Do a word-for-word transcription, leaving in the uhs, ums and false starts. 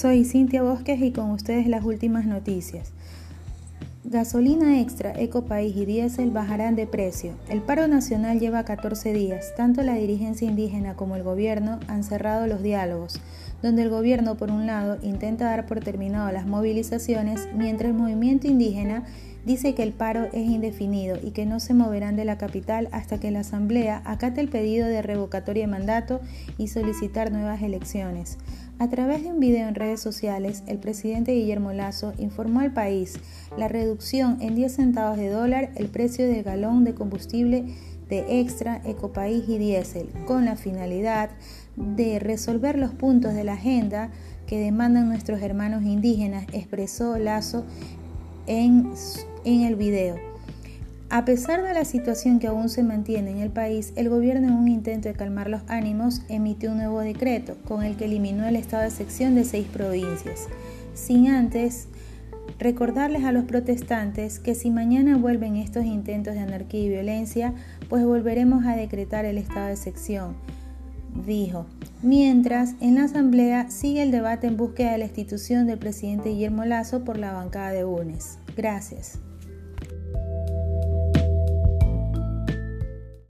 Soy Cintia Bosques y con ustedes las últimas noticias. Gasolina extra, Ecopaís y diésel bajarán de precio. El paro nacional lleva catorce días. Tanto la dirigencia indígena como el gobierno han cerrado los diálogos, donde el gobierno, por un lado, intenta dar por terminado las movilizaciones, mientras el movimiento indígena dice que el paro es indefinido y que no se moverán de la capital hasta que la Asamblea acate el pedido de revocatoria de mandato y solicitar nuevas elecciones. A través de un video en redes sociales, el presidente Guillermo Lasso informó al país la reducción en diez centavos de dólar el precio del galón de combustible de Extra, Ecopaís y diésel, con la finalidad de resolver los puntos de la agenda que demandan nuestros hermanos indígenas, expresó Lasso en, en el video. A pesar de la situación que aún se mantiene en el país, el gobierno, en un intento de calmar los ánimos, emitió un nuevo decreto con el que eliminó el estado de excepción de seis provincias, sin antes recordarles a los protestantes que si mañana vuelven estos intentos de anarquía y violencia, pues volveremos a decretar el estado de excepción, dijo. Mientras, en la Asamblea sigue el debate en búsqueda de la institución del presidente Guillermo Lasso por la bancada de U N E S. Gracias.